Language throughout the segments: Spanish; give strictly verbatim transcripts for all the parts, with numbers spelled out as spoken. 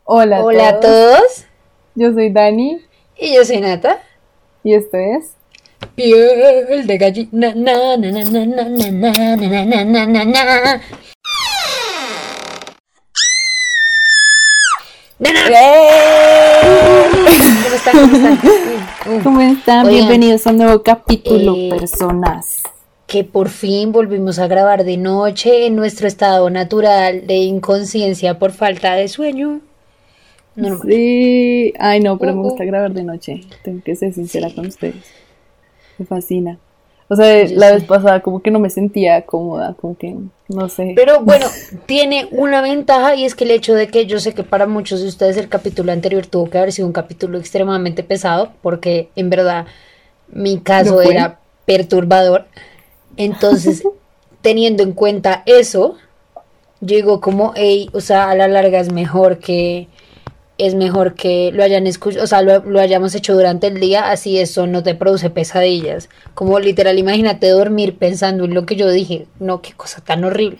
Hola a Hola a todos, todos, yo soy Dani y yo soy Nata. y esto es Piel de gallina, na, na, na, na, na, na, na, na, na, na, na, na. Na, na. ¿Cómo están? ¿Cómo están? Uh, uh. ¿Cómo están? Oigan, Bienvenidos a un nuevo capítulo, eh, personas. que por fin volvimos a grabar de noche en nuestro estado natural de inconsciencia por falta de sueño. Normal. Sí, ay no, pero Uh, me gusta uh. grabar de noche, tengo que ser sincera con Sí, ustedes, me fascina. O sea, yo la vez sé. pasada como que no me sentía cómoda, como que, no sé. Pero bueno, tiene una ventaja y es que el hecho de que yo sé que para muchos de ustedes el capítulo anterior tuvo que haber sido un capítulo extremadamente pesado, porque en verdad mi ¿Lo caso fue? era perturbador. Entonces, teniendo en cuenta eso, yo digo como, hey, o sea, a la larga es mejor que es mejor que lo hayan escuchado, o sea, lo, lo hayamos hecho durante el día, así eso no te produce pesadillas. Como literal, imagínate dormir pensando en lo que yo dije. No, qué cosa tan horrible.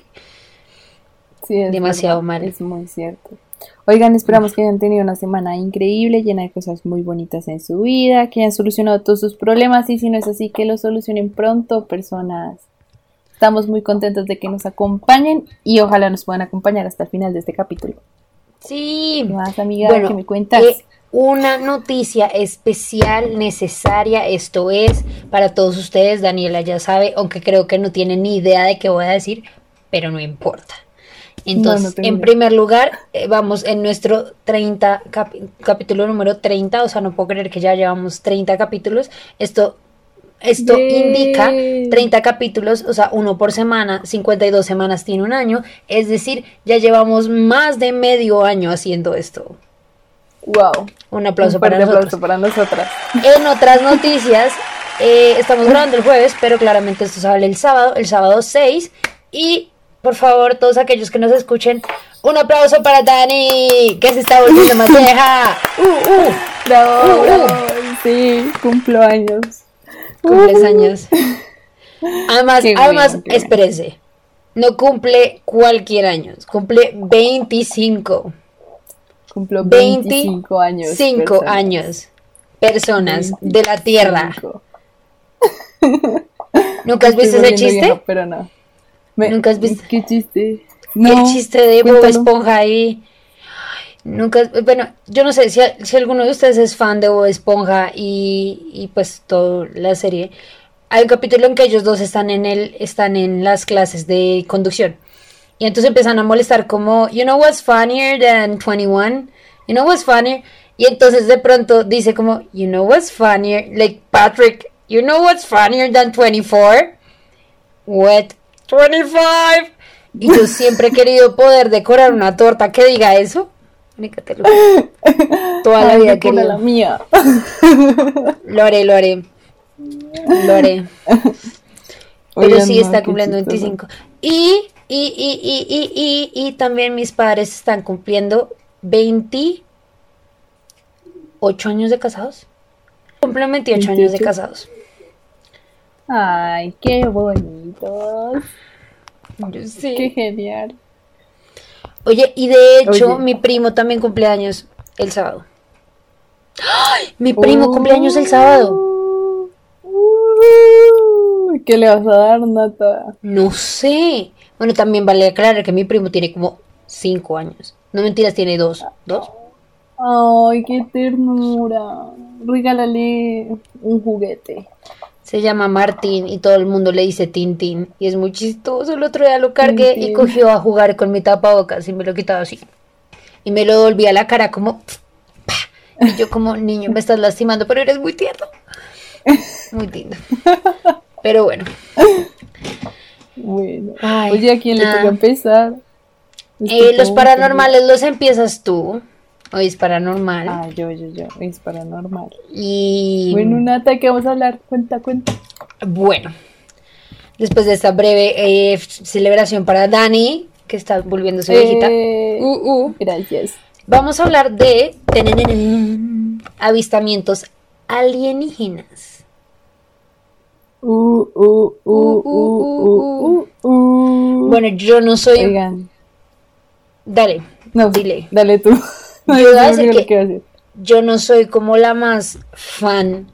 Sí, es Demasiado verdad, mal. es muy cierto. Oigan, esperamos que hayan tenido una semana increíble, llena de cosas muy bonitas en su vida, que hayan solucionado todos sus problemas y si no es así, que los solucionen pronto, personas. Estamos muy contentos de que nos acompañen y ojalá nos puedan acompañar hasta el final de este capítulo. ¿Qué Sí, más, amiga? ¿Qué bueno, me cuentas? eh, una noticia especial, necesaria, esto es para todos ustedes, Daniela ya sabe, aunque creo que no tiene ni idea de qué voy a decir, pero no importa. No, no Entonces, tengo en idea. primer lugar, eh, vamos en nuestro treinta capi- capítulo número treinta, o sea, no puedo creer que ya llevamos treinta capítulos. Esto Esto indica ¡Yay! treinta capítulos, o sea, uno por semana, cincuenta y dos semanas tiene un año, es decir, ya llevamos más de medio año haciendo esto. ¡Wow! Un Un aplauso para fuerte nosotros. aplauso para nosotras. En otras noticias, eh, estamos grabando el jueves, pero claramente esto sale el sábado, el sábado seis. Y por favor, todos aquellos que nos escuchen, un aplauso para Dani, que se está volviendo más vieja. Uh, uh, ¡Bravo, uh, bravo! uh. Sí, cumplo años. Cumples Uh, años. Además, ¡Qué además, bueno, qué bueno! espérese. No cumple cualquier año, cumple veinticinco. Cumplo veinticinco años, veinticinco personas. años. Personas de la Tierra. veinticinco. ¿Nunca Me has estoy visto ese volviendo vieja, chiste? pero no. Me, ¿Nunca has visto ¿qué chiste? el No, chiste de Bob cuéntalo. Esponja ahí? Nunca, bueno, yo no sé si, si alguno de ustedes es fan de Bob Esponja y, y pues toda la serie. Hay un capítulo en que ellos dos están en el, están en las clases de conducción. Y entonces empiezan a molestar como, you know what's funnier than twenty-one? You know what's funnier? Y entonces de pronto dice como, you know what's funnier? Like, Patrick, you know what's funnier than twenty-four? What? twenty-five. Y yo siempre he querido poder decorar una torta que diga eso. Mónica, te lo juro. Toda la Ay, vida he decora la querido. mía. Lo haré, lo haré. Lo haré. Pero Oigan, sí no, está qué cumpliendo chistoso. veinticinco. Y, y, y, y, y, y, y también mis padres están cumpliendo veintiocho años de casados. Cumplen veintiocho años de veintiocho. casados. Ay, qué bonitos. Yo Qué sí. genial. Oye, y de hecho, Oye. mi primo también cumple años el sábado. Mi primo cumple años el sábado. Uh, uh, ¿qué le vas a dar, Nata? No sé. Bueno, también vale aclarar que mi primo tiene como cinco años. No mentiras, tiene dos. ¿Dos? Ay, qué ternura. Regálale un juguete. Se llama Martín y todo el mundo le dice Tintín. Y es muy chistoso. El otro día lo cargué y Tintín. cogió a jugar con mi tapabocas y me lo quitaba así. Y me lo volví a la cara como... ¡pah! Y yo como, niño, me estás lastimando, pero eres muy tierno. Muy lindo. Pero bueno. Bueno. Ay, Oye, ¿a quién le toca nada. empezar? Estoy Eh, los como muy perdida. paranormales los empiezas tú. Hoy es paranormal. Ah, yo, yo, yo. Es paranormal. Y Bueno, Nata, ¿qué vamos a hablar? Cuenta, cuenta. bueno, después de esta breve eh, celebración para Dani, que está volviéndose viejita, Eh, uh, uh, gracias. vamos a hablar de tenenenen, avistamientos alienígenas. Uh, uh, uh, Uh, uh, uh, uh, uh, uh. uh, uh. Bueno, yo no soy... Oigan, Dale, no, dile. dale tú. Ay, Yo voy a se me decir olvidó lo que que iba a decir. yo no soy como la más fan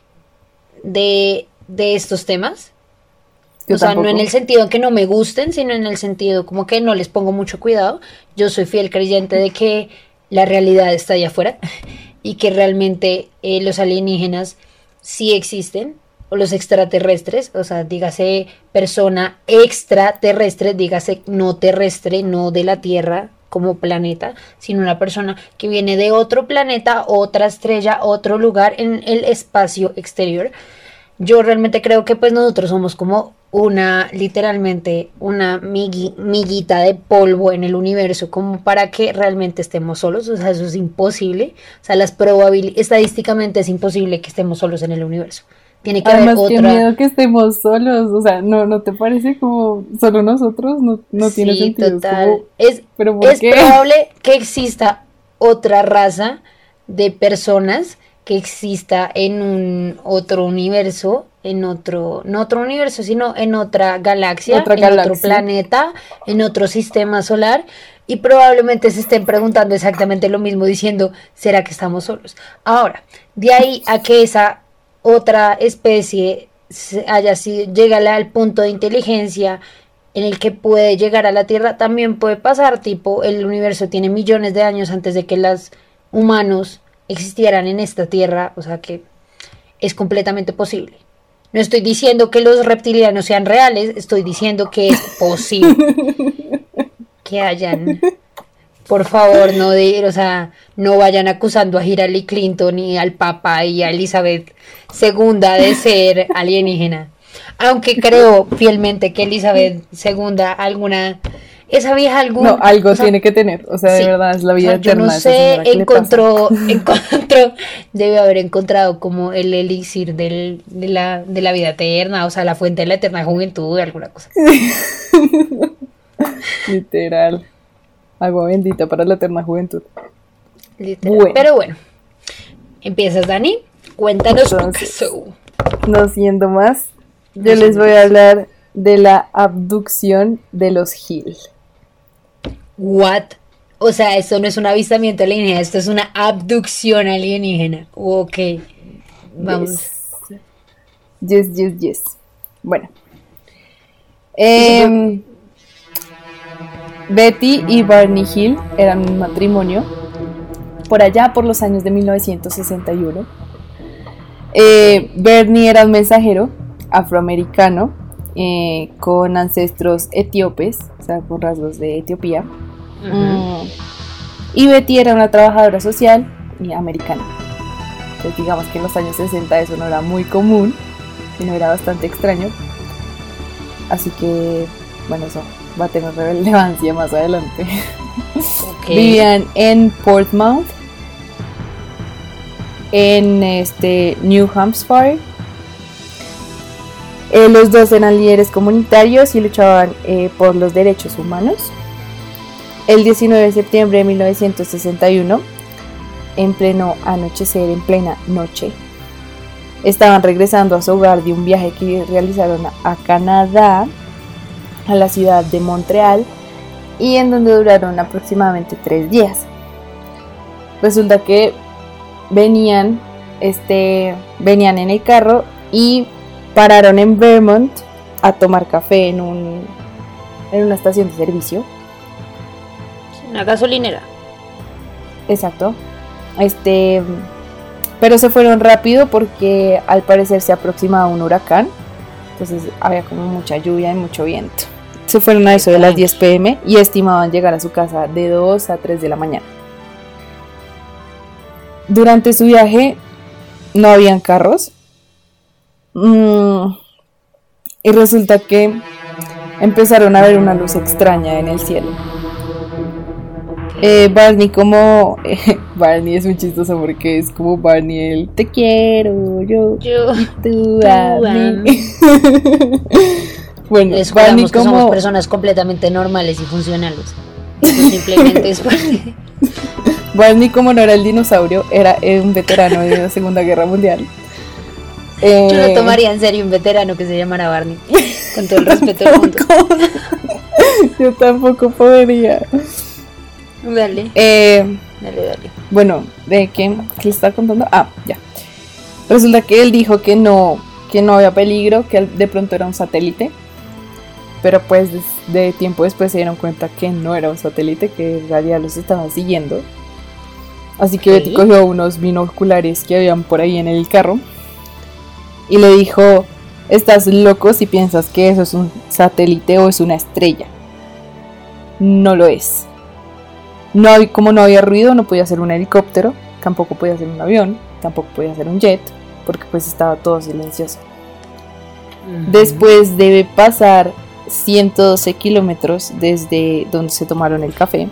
de, de estos temas. Yo O sea, no en tampoco. el sentido en que no me gusten, sino en el sentido como que no les pongo mucho cuidado. Yo soy fiel creyente de que la realidad está allá afuera y que realmente eh, los alienígenas sí existen, o los extraterrestres, o sea, dígase persona extraterrestre, dígase no terrestre, no de la Tierra como planeta, sino una persona que viene de otro planeta, otra estrella, otro lugar en el espacio exterior. Yo realmente creo que pues nosotros somos como una, literalmente, una migui- miguita de polvo en el universo, como para que realmente estemos solos. O sea, eso es imposible. O sea, las probabilidades, estadísticamente es imposible que estemos solos en el universo. Tiene que haber Además, qué otra. miedo que estemos solos. O sea, ¿no, no te parece como solo nosotros? No, no tiene Sí, sentido. Es total. como, Es, ¿pero por es qué? probable que exista otra raza de personas que exista en un otro universo, en otro, no otro universo, sino en otra galaxia, Otra en otro galaxia. planeta, en otro sistema solar, y probablemente se estén preguntando exactamente lo mismo, diciendo, ¿será que estamos solos? Ahora, de ahí a que esa otra especie se- haya sido, llega al punto de inteligencia en el que puede llegar a la Tierra, también puede pasar, tipo, el universo tiene millones de años antes de que los humanos existieran en esta Tierra, o sea que es completamente posible. No estoy diciendo que los reptilianos sean reales, estoy diciendo que es posible que hayan, por favor, no de, o sea, no vayan acusando a Hillary Clinton y al Papa y a Elizabeth segunda de ser alienígena. Aunque creo fielmente que Elizabeth segunda alguna, esa vieja No, algún, algo o sea, tiene que tener. O sea, de sí, verdad, es la o vida sea, yo no eterna a esa sé, señora. ¿Qué le pasa? encontró, encontró, debe haber encontrado como el elixir del, de, la, de la vida eterna, o sea, la fuente de la eterna juventud, alguna cosa. Literal. Agua bendita para la eterna juventud. Literal. Bueno, Pero bueno, empiezas, Dani, cuéntanos tu entonces, caso. no siendo más, No yo les siendo voy a más. hablar de la abducción de los Hill. What? O sea, esto no es un avistamiento alienígena, esto es una abducción alienígena. Ok, vamos. Yes. Yes, yes, yes. Bueno. Y supo- em, Betty y Barney Hill eran un matrimonio por allá por los años de mil novecientos sesenta y uno. Eh, Bernie era un mensajero afroamericano eh, con ancestros etíopes, o sea, con rasgos de Etiopía. Ujú. Mm, y Betty era una trabajadora social y americana. Entonces, digamos que en los años sesenta eso no era muy común, sino era bastante extraño. Así que, bueno, eso va a tener relevancia más adelante. Ok. Vivían en Portsmouth, en este New Hampshire. Eh, los dos eran líderes comunitarios y luchaban eh, por los derechos humanos. El diecinueve de septiembre de mil novecientos sesenta y uno, en pleno anochecer, en plena noche, estaban regresando a su hogar de un viaje que realizaron a Canadá, a la ciudad de Montreal, y en donde duraron aproximadamente tres días. Resulta que venían, este, venían en el carro y pararon en Vermont a tomar café en, un, en una estación de servicio. Una gasolinera. Exacto. Este, pero se fueron rápido porque al parecer se aproximaba un huracán. Entonces había como mucha lluvia y mucho viento. Se fueron a eso de las diez pm y estimaban llegar a su casa de dos a tres de la mañana. Durante su viaje no habían carros. Mm, y resulta que empezaron a ver una luz extraña en el cielo. Eh, Barney como... eh, Barney es muy chistoso porque es como Barney el te quiero yo, Yo, y tú tú a a mí. mí. Bueno, Les Barney juramos que somos como... personas completamente normales y funcionales. Eso simplemente es parte. Barney como no era el dinosaurio, era eh, un veterano de la Segunda Guerra Mundial. Eh, Yo no tomaría en serio un veterano que se llamara Barney. Con todo el respeto del mundo. Yo tampoco podría. Dale. Eh, Dale, dale. Bueno, ¿de qué, qué le estaba contando? Ah, ya. Resulta que él dijo que no, que no había peligro, que de pronto era un satélite. Pero pues de, de tiempo después se dieron cuenta que no era un satélite, que en realidad los estaban siguiendo. Así que Betty cogió unos binoculares que habían por ahí en el carro y le dijo: estás loco si piensas que eso es un satélite o es una estrella. No lo es. No, como no había ruido, no podía ser un helicóptero, tampoco podía ser un avión, tampoco podía ser un jet, porque pues estaba todo silencioso. Uh-huh. Después de pasar ciento doce kilómetros desde donde se tomaron el café,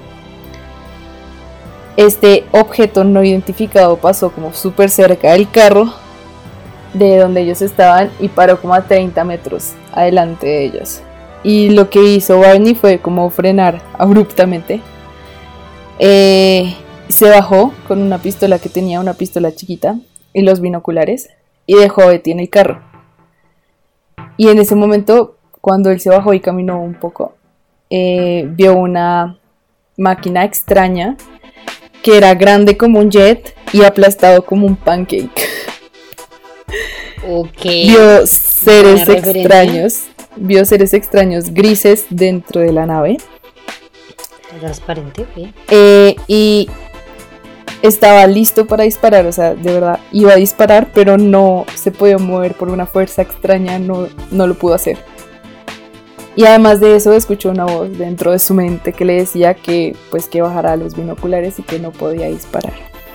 este objeto no identificado pasó como súper cerca del carro de donde ellos estaban y paró como a treinta metros adelante de ellos. Y lo que hizo Barney fue como frenar abruptamente. Eh, se bajó con una pistola que tenía, una pistola chiquita, y los binoculares, y dejó a Betty en el carro. Y en ese momento, cuando él se bajó y caminó un poco, eh, vio una máquina extraña que era grande como un jet y aplastado como un pancake. Okay. Vio seres extraños, vio seres extraños grises dentro de la nave. Transparente, ok. Eh, y estaba listo para disparar, o sea, de verdad, iba a disparar, pero no se podía mover por una fuerza extraña, no, no lo pudo hacer. Y además de eso escuchó una voz dentro de su mente que le decía que pues que bajara los binoculares y que no podía disparar.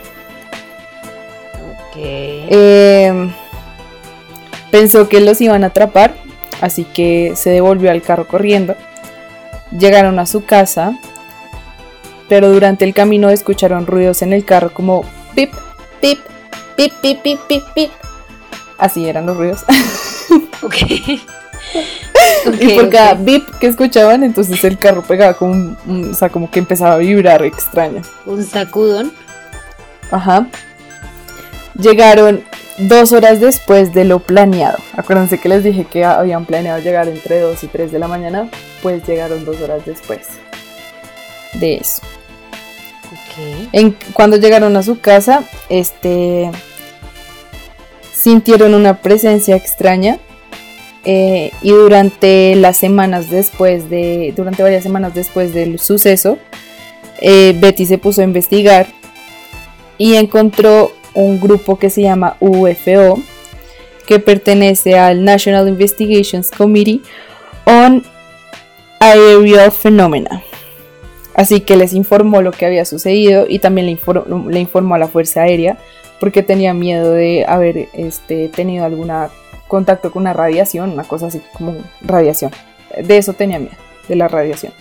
Ok. Eh, pensó que los iban a atrapar, así que se devolvió al carro corriendo. Llegaron a su casa, pero durante el camino escucharon ruidos en el carro como pip, pip, pip, pip, pip, pip, pip. Así eran los ruidos. Ok. Okay, y por cada okay. bip que escuchaban, entonces el carro pegaba como un, un, o sea, como que empezaba a vibrar extraño. Un sacudón. Ajá. Llegaron dos horas después de lo planeado. Acuérdense que les dije que habían planeado llegar entre dos y tres de la mañana. Pues llegaron dos horas después de eso. Okay. En, cuando llegaron a su casa, este, sintieron una presencia extraña. Eh, y durante las semanas después de durante varias semanas después del suceso, eh, Betty se puso a investigar y encontró un grupo que se llama U F O, que pertenece al National Investigations Committee on Aerial Phenomena. Así que les informó lo que había sucedido y también le, inform- le informó a la Fuerza Aérea porque tenía miedo de haber este, tenido alguna contacto con una radiación, una cosa así como radiación. De eso tenía miedo, de la radiación.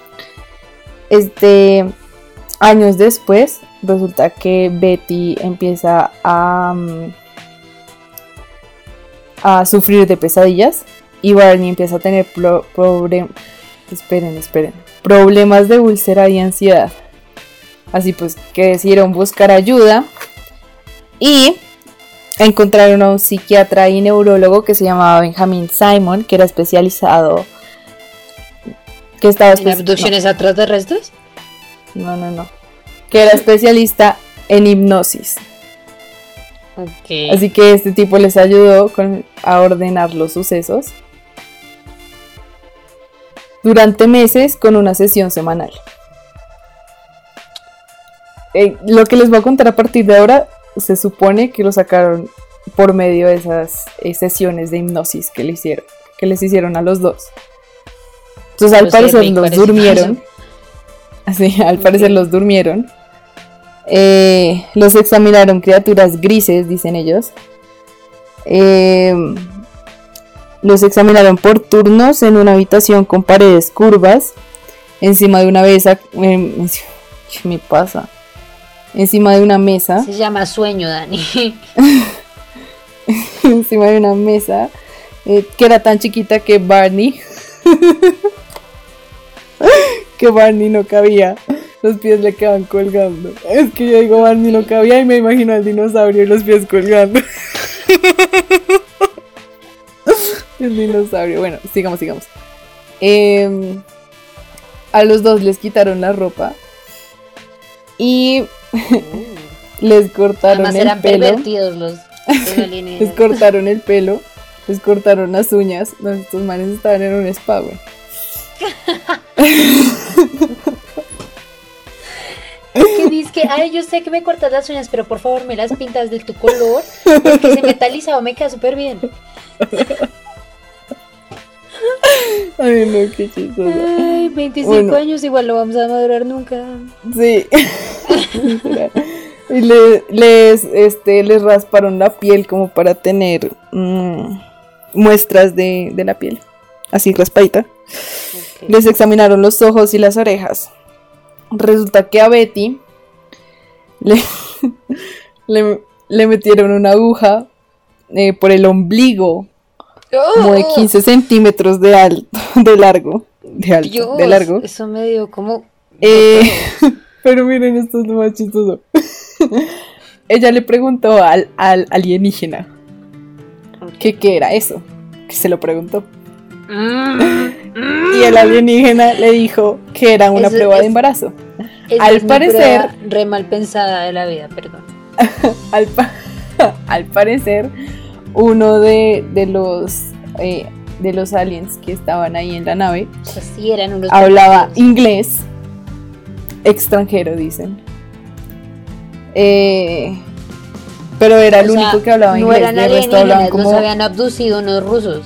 Este, años después, resulta que Betty empieza a, a sufrir de pesadillas y Barney empieza a tener pro, problem, esperen, esperen, problemas de úlcera y ansiedad. Así pues que decidieron buscar ayuda y encontraron a un psiquiatra y neurólogo que se llamaba Benjamin Simon, que era especializado que estaba ¿En abducciones no. extraterrestres? No, no, no. Que era especialista en hipnosis. Okay. Así que este tipo les ayudó con, a ordenar los sucesos durante meses con una sesión semanal. Eh, lo que les voy a contar a partir de ahora se supone que lo sacaron por medio de esas eh, sesiones de hipnosis que le hicieron, que les hicieron a los dos. Entonces al parecer los durmieron. Así, al parecer los durmieron. Eh, los examinaron criaturas grises, dicen ellos. Eh, los examinaron por turnos en una habitación con paredes curvas, encima de una mesa. Eh, ¿Qué me pasa? Encima de una mesa. Se llama sueño, Dani. Encima de una mesa eh, que era tan chiquita que Barney que Barney no cabía. Los pies le quedaban colgando. Es que yo digo Barney no cabía y me imagino al dinosaurio y los pies colgando. El dinosaurio. Bueno, sigamos, sigamos. Eh, a los dos les quitaron la ropa y Les cortaron Además el eran pelo. pervertidos los, los alienígenas. Les cortaron el pelo. Les cortaron las uñas. No, estos manes estaban en un spa, güey. Que dices que, ay, yo sé que me cortas las uñas, pero por favor me las pintas de tu color, porque ese metalizado me queda súper bien. Ay, no, qué chistoso. Ay, veinticinco Bueno. años, igual no vamos a madurar nunca. Sí. Y le- les, este, les rasparon la piel como para tener mm, muestras de, de la piel. Así raspadita. Okay. Les examinaron los ojos y las orejas. Resulta que a Betty le, le, le metieron una aguja eh, por el ombligo, como de quince centímetros de alto, de largo, de alto, Dios, de largo. eso me dio como... Eh, pero miren, esto es lo más chistoso. Ella le preguntó al, al alienígena que qué era eso, que se lo preguntó. Y el alienígena le dijo que era una Eso prueba es- de embarazo. Esa Al es mi parecer- prueba re mal pensada de la vida, perdón. Al, pa- al parecer, uno de, de los eh, de los aliens que estaban ahí en la nave O sea, sí eran unos hablaba pervertidos. inglés extranjero, dicen. Eh, pero era el O sea, único que hablaba no inglés. eran De resto hablaban alienígenas, como. nos habían abducido unos rusos.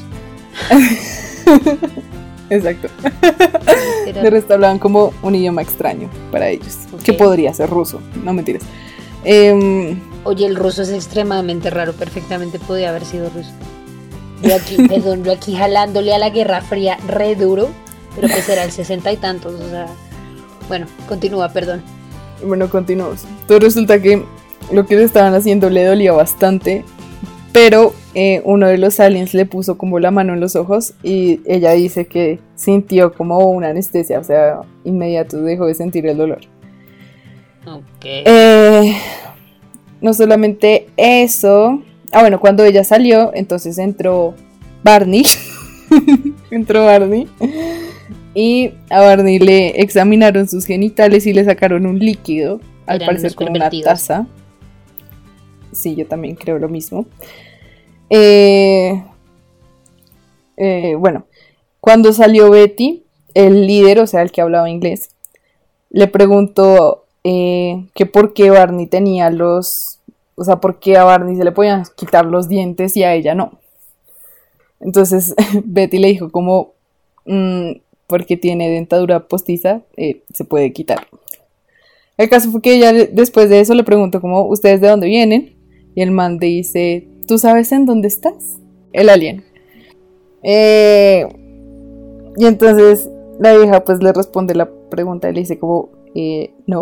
Exacto. Era- De resto hablaban como un idioma extraño para ellos, Ok. que podría ser ruso, no mentiras. Em, Oye, el ruso es extremadamente raro, perfectamente podía haber sido ruso. Yo aquí, perdón, yo aquí jalándole a la Guerra Fría re duro, pero pues era el sesenta y tantos, o sea... Bueno, continúa, perdón. bueno, continuamos. Entonces resulta que lo que le estaban haciendo le dolía bastante, pero eh, uno de los aliens le puso como la mano en los ojos y ella dice que sintió como una anestesia, o sea, inmediato dejó de sentir el dolor. Ok. Eh, no solamente eso. Ah, bueno, cuando ella salió, entonces entró Barney. entró Barney. Y a Barney le examinaron sus genitales y le sacaron un líquido, al Eran parecer unos como una pervertidos. taza. Sí, yo también creo lo mismo. Eh, eh, bueno, cuando salió Betty, el líder, o sea, el que hablaba inglés, le preguntó eh, que por qué Barney tenía los... O sea, por qué a Barney se le podían quitar los dientes y a ella no. Entonces Betty le dijo como... "Mm, porque tiene dentadura postiza, eh, se puede quitar". El caso fue que ella le- después de eso le preguntó como, ¿ustedes de dónde vienen? Y el man le dice, ¿tú sabes en dónde estás? El alien. Eh, y entonces la vieja pues le responde la pregunta y le dice como, eh, no.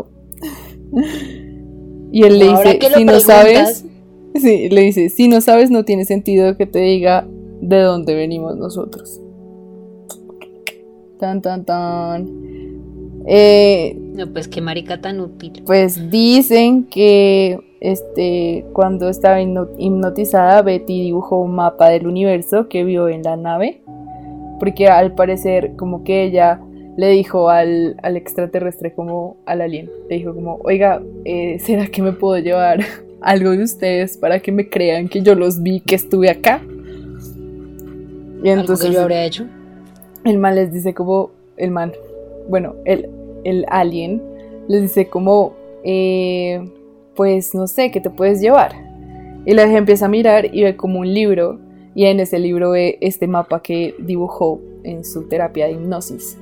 Y él le Ahora dice, que lo si no preguntas. sabes, sí, le dice, si no sabes no tiene sentido que te diga de dónde venimos nosotros. Tan, tan, tan. Eh, No, pues qué marica tan útil. pues dicen que este, cuando estaba hipno- hipnotizada, Betty dibujó un mapa del universo que vio en la nave, porque al parecer como que ella le dijo al, al extraterrestre, como al alien, le dijo como, oiga, eh, ¿será que me puedo llevar algo de ustedes para que me crean que yo los vi, que estuve acá? Y Algo entonces que yo habría hecho. el man les dice como, el man, bueno, el, el alien les dice como, eh, pues no sé, ¿qué te puedes llevar? Y la vieja empieza a mirar y ve como un libro, y en ese libro ve este mapa que dibujó en su terapia de hipnosis.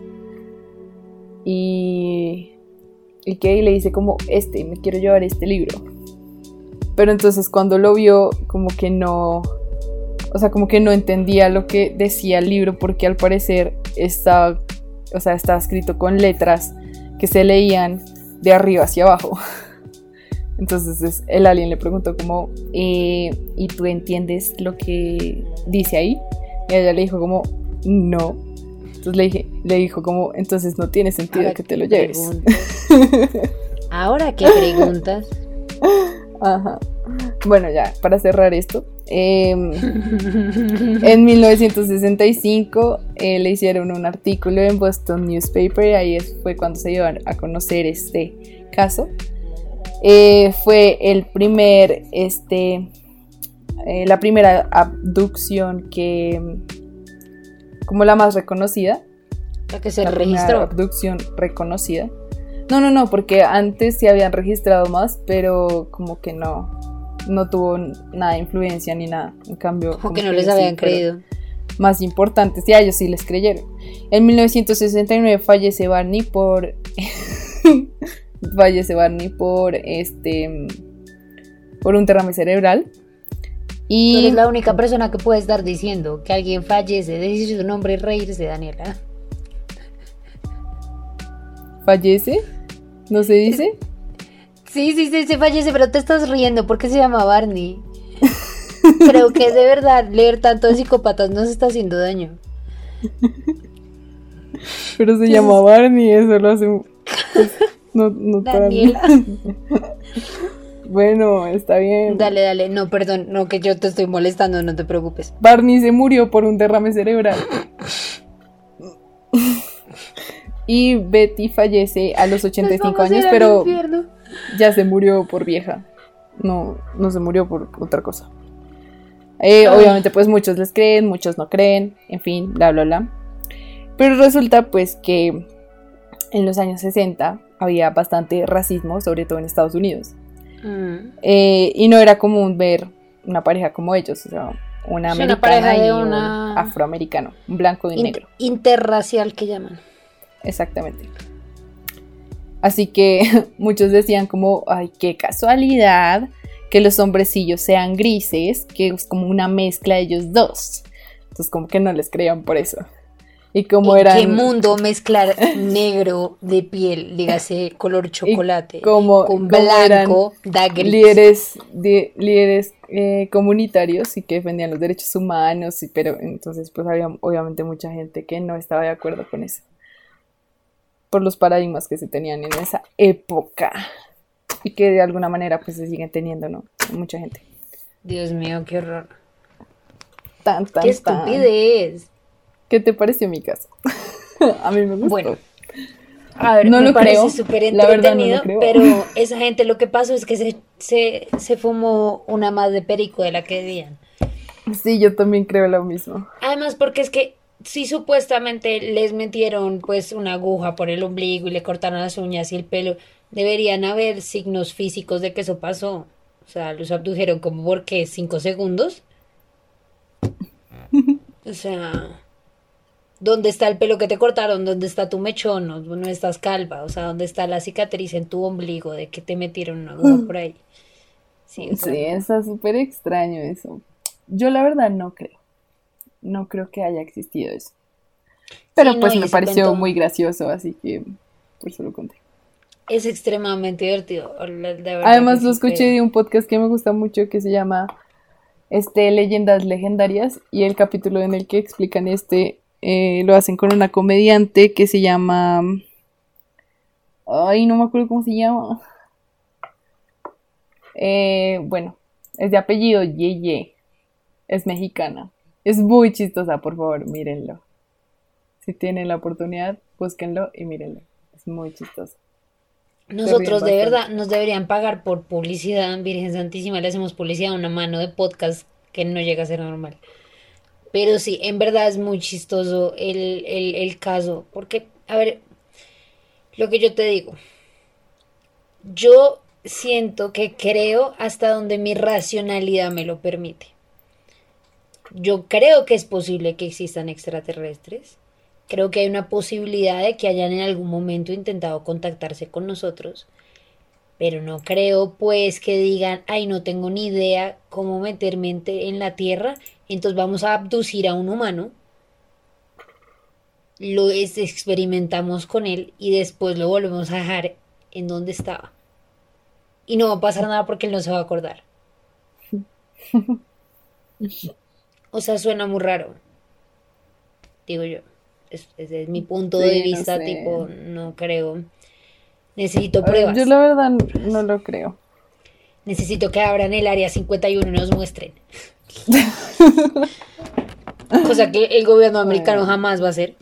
Y, y que le dice como, este, me quiero llevar este libro. Pero entonces cuando lo vio, como que no... O sea, como que no entendía lo que decía el libro, porque al parecer estaba, o sea, estaba escrito con letras que se leían de arriba hacia abajo. Entonces es- el alien le preguntó como, eh, ¿y tú entiendes lo que dice ahí? Y ella le dijo como, no. Entonces le, dije, le dijo como, entonces no tiene sentido Ahora que te qué lo lleves. preguntas. Ahora qué preguntas. Ajá. Bueno, ya, para cerrar esto. em, En mil novecientos sesenta y cinco eh, le hicieron un artículo en Boston Newspaper, ahí es- fue cuando se dio a a conocer este caso. eh, fue el primer, este, eh, la primera abducción que, como la más reconocida. La que se la registró. Abducción reconocida. No, no, no, porque antes sí habían registrado más, pero como que no, no tuvo nada de influencia ni nada. En cambio, como, como que no que les sí habían creído. Más importantes, y a ellos sí les creyeron. En mil novecientos sesenta y nueve fallece Barney por fallece Barney por este por un derrame cerebral. Y tú eres la única persona que puede estar diciendo que alguien fallece, decir su nombre y reírse, Daniela. ¿Fallece? ¿No se dice? Sí, sí, sí, se fallece, pero te estás riendo porque se llama Barney. Creo que de verdad leer tanto de psicópatas nos está haciendo daño. Pero se llama Barney, eso lo hace pues, no, no Daniela. Bueno, está bien. Dale, dale, no, perdón, no, que yo te estoy molestando, no te preocupes. Barney se murió por un derrame cerebral. Y Betty fallece a los ochenta y cinco años, pero ya se murió por vieja. No, no se murió por otra cosa. Eh, obviamente pues muchos les creen, muchos no creen, en fin, bla bla bla. Pero resulta pues que en los años sesenta había bastante racismo, sobre todo en Estados Unidos. Mm. Eh, y no era común ver una pareja como ellos, o sea, una sí, americana una y una... un afroamericano, un blanco y un In- negro. Interracial que llaman. Exactamente. Así que muchos decían como, ay, qué casualidad que los hombrecillos sean grises, que es como una mezcla de ellos dos. Entonces como que no les creían por eso. Y como ¿En eran... qué mundo mezclar negro de piel, dígase color chocolate, como, con como blanco, da gris? Líderes, de, líderes eh, comunitarios y que defendían los derechos humanos, y, pero entonces pues había obviamente mucha gente que no estaba de acuerdo con eso. Por los paradigmas que se tenían en esa época. Y que de alguna manera pues se siguen teniendo, ¿no? Mucha gente. Dios mío, qué horror. Tan, tan, ¡Qué estupidez! Tan. ¿Qué te pareció mi caso? A mí me gustó. Bueno, a ver, no me lo parece creo. súper entretenido, la verdad no lo creo. Pero esa gente lo que pasó es que se, se, se fumó una más de perico de la que debían. Sí, yo también creo lo mismo. Además, porque es que si supuestamente les metieron pues una aguja por el ombligo y le cortaron las uñas y el pelo, deberían haber signos físicos de que eso pasó. O sea, los abdujeron como por qué, cinco segundos. O sea, ¿dónde está el pelo que te cortaron? ¿Dónde está tu mechón? No, no estás calva. O sea, ¿dónde está la cicatriz en tu ombligo de que te metieron una aguja por ahí? Sí, o sea, sí, está súper extraño eso. Yo la verdad no creo. No creo que haya existido eso. Pero sí, pues no, me pareció cuento... muy gracioso, así que por eso lo conté. Es extremadamente divertido. De verdad. Además lo escuché creo. de un podcast que me gusta mucho que se llama este, Leyendas Legendarias, y el capítulo en el que explican este eh, lo hacen con una comediante que se llama... Ay, no me acuerdo cómo se llama. Eh, bueno, es de apellido Yeye. Es mexicana. Es muy chistosa, por favor, mírenlo. Si tienen la oportunidad, búsquenlo y mírenlo. Es muy chistoso. Nosotros de verdad nos deberían pagar por publicidad, Virgen Santísima, le hacemos publicidad a una mano de podcast que no llega a ser normal. Pero sí, en verdad es muy chistoso el, el, el caso, porque, a ver, lo que yo te digo, yo siento que creo hasta donde mi racionalidad me lo permite. Yo creo que es posible que existan extraterrestres. Creo que hay una posibilidad de que hayan en algún momento intentado contactarse con nosotros. Pero no creo pues que digan, ay, no tengo ni idea cómo meterme en la Tierra, entonces vamos a abducir a un humano, lo es, experimentamos con él y después lo volvemos a dejar en donde estaba. Y no va a pasar nada porque él no se va a acordar. O sea, suena muy raro, digo yo. Es, ese es mi punto sí, de vista, no sé. Tipo, no creo. Necesito pruebas. Yo la verdad no lo creo. Necesito que abran el área cincuenta y uno y nos muestren. Cosa que el gobierno americano bueno. jamás va a hacer.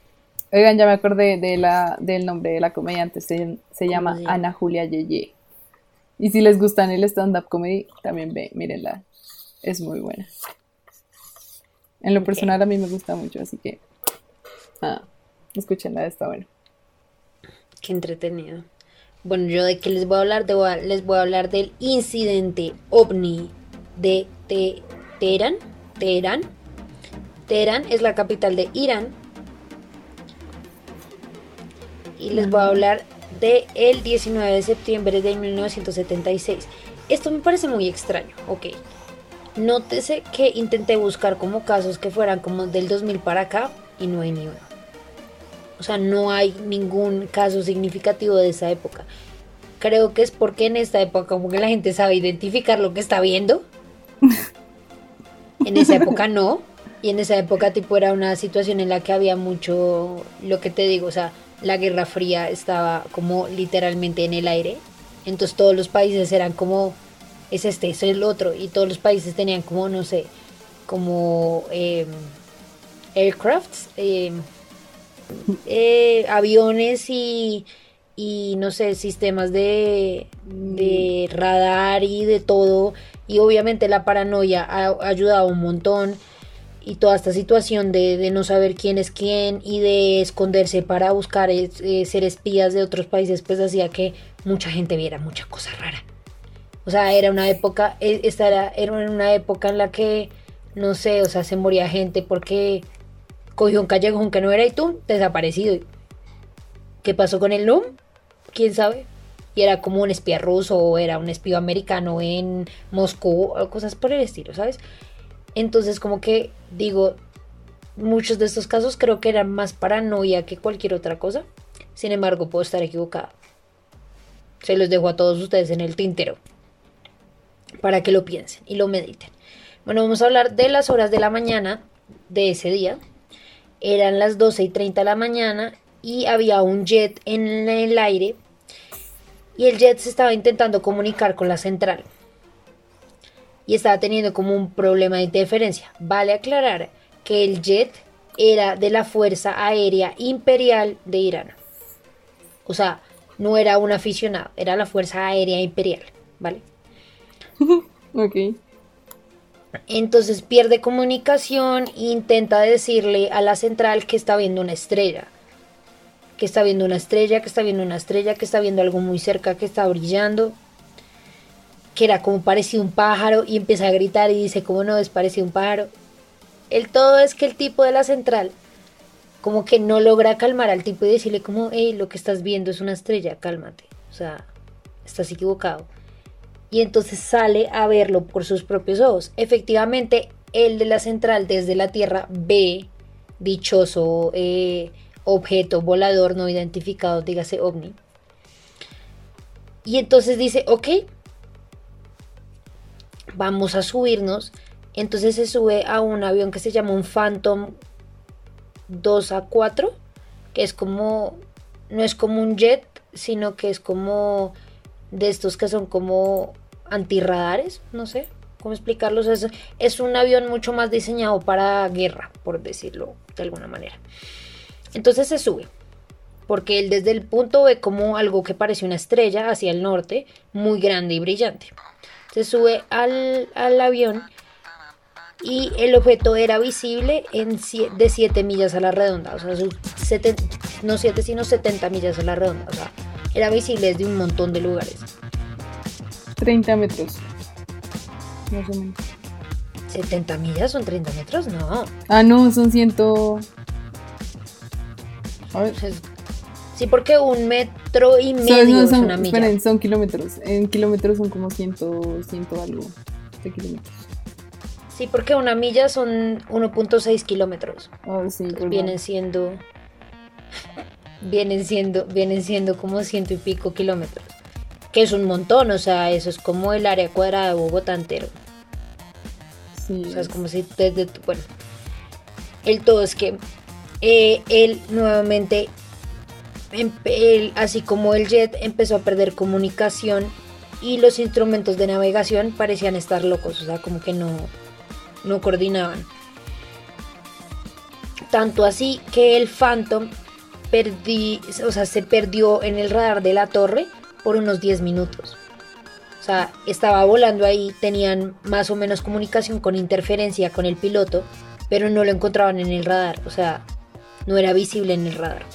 Oigan, ya me acordé de la, del nombre de la comediante. Se, se llama se llama? Ana Julia Yeye. Y si les gustan el stand-up comedy, también ve, mírenla. Es muy buena. En lo personal a mí me gusta mucho, así que ah, escúchenla, está bueno. Qué entretenido. Bueno, yo de qué les voy a hablar, de, voy a- les voy a hablar del incidente ovni de Te- Teherán. Teherán. Teherán es la capital de Irán. Y les voy a hablar de el diecinueve de septiembre de mil novecientos setenta y seis. Esto me parece muy extraño, ok. Nótese que intenté buscar como casos que fueran como del dos mil para acá y no hay ni uno. O sea, no hay ningún caso significativo de esa época. Creo que es porque en esta época como que la gente sabe identificar lo que está viendo. En esa época no. Y en esa época tipo era una situación en la que había mucho, lo que te digo, o sea, la Guerra Fría estaba como literalmente en el aire. Entonces todos los países eran como, es este, es el otro. Y todos los países tenían como, no sé, como eh, aircrafts, eh, eh, aviones y, y no sé, sistemas de, de radar y de todo. Y obviamente la paranoia ha ayudado un montón. Y toda esta situación de, de no saber quién es quién y de esconderse para buscar eh, eh, ser espías de otros países, pues hacía que mucha gente viera mucha cosa rara. O sea, era una época, eh, esta era, era una época en la que, no sé, o sea, se moría gente porque cogió un callejón que no era y tú, desaparecido. ¿Qué pasó con el N U M? ¿Quién sabe? Y era como un espía ruso o era un espía americano en Moscú o cosas por el estilo, ¿sabes? Entonces como que digo, muchos de estos casos creo que eran más paranoia que cualquier otra cosa. Sin embargo, puedo estar equivocada. Se los dejo a todos ustedes en el tintero para que lo piensen y lo mediten. Bueno, vamos a hablar de las horas de la mañana de ese día. Eran las doce y treinta de la mañana y había un jet en el aire y el jet se estaba intentando comunicar con la central. Y estaba teniendo como un problema de interferencia. Vale aclarar que el jet era de la Fuerza Aérea Imperial de Irán. O sea, no era un aficionado, era la Fuerza Aérea Imperial, ¿vale? Ok. Entonces pierde comunicación e intenta decirle a la central que está viendo una estrella. Que está viendo una estrella, que está viendo una estrella, que está viendo algo muy cerca, que está brillando. Que era como parecido a un pájaro y empieza a gritar y dice, ¿cómo no es parecido a un pájaro? El todo es que el tipo de la central como que no logra calmar al tipo y decirle como, hey, lo que estás viendo es una estrella, cálmate, o sea, estás equivocado. Y entonces sale a verlo por sus propios ojos. Efectivamente, el de la central desde la Tierra ve dichoso eh, objeto volador no identificado, dígase ovni. Y entonces dice, ok, vamos a subirnos. Entonces se sube a un avión que se llama un Phantom dos A cuatro, que es como, no es como un jet, sino que es como de estos que son como antirradares, no sé cómo explicarlos. Es, es un avión mucho más diseñado para guerra, por decirlo de alguna manera. Entonces se sube, porque él desde el punto ve como algo que parece una estrella hacia el norte, muy grande y brillante. Se sube al, al avión y el objeto era visible en de siete millas a la redonda, o sea, setenta, no siete sino setenta millas a la redonda, o sea, era visible desde un montón de lugares. treinta metros, más o menos. ¿setenta millas son treinta metros? No. Ah, no, son ciento... A ver. Sí, porque un metro y medio son, no, son, es una milla. Esperen, son kilómetros. En kilómetros son como ciento, ciento algo de kilómetros. Sí, porque una milla son uno punto seis kilómetros. Oh, sí, Entonces, vienen siendo... Vienen siendo, vienen siendo como ciento y pico kilómetros. Que es un montón, o sea, eso es como el área cuadrada de Bogotá entero. Sí. O sea, es como si desde... Bueno, el todo es que eh, él nuevamente... Él, así como el jet, empezó a perder comunicación y los instrumentos de navegación parecían estar locos, o sea, como que no, no coordinaban. Tanto así que el Phantom perdí, o sea, se perdió en el radar de la torre por unos diez minutos. O sea, estaba volando ahí, tenían más o menos comunicación con interferencia con el piloto, pero no lo encontraban en el radar, o sea, no era visible en el radar.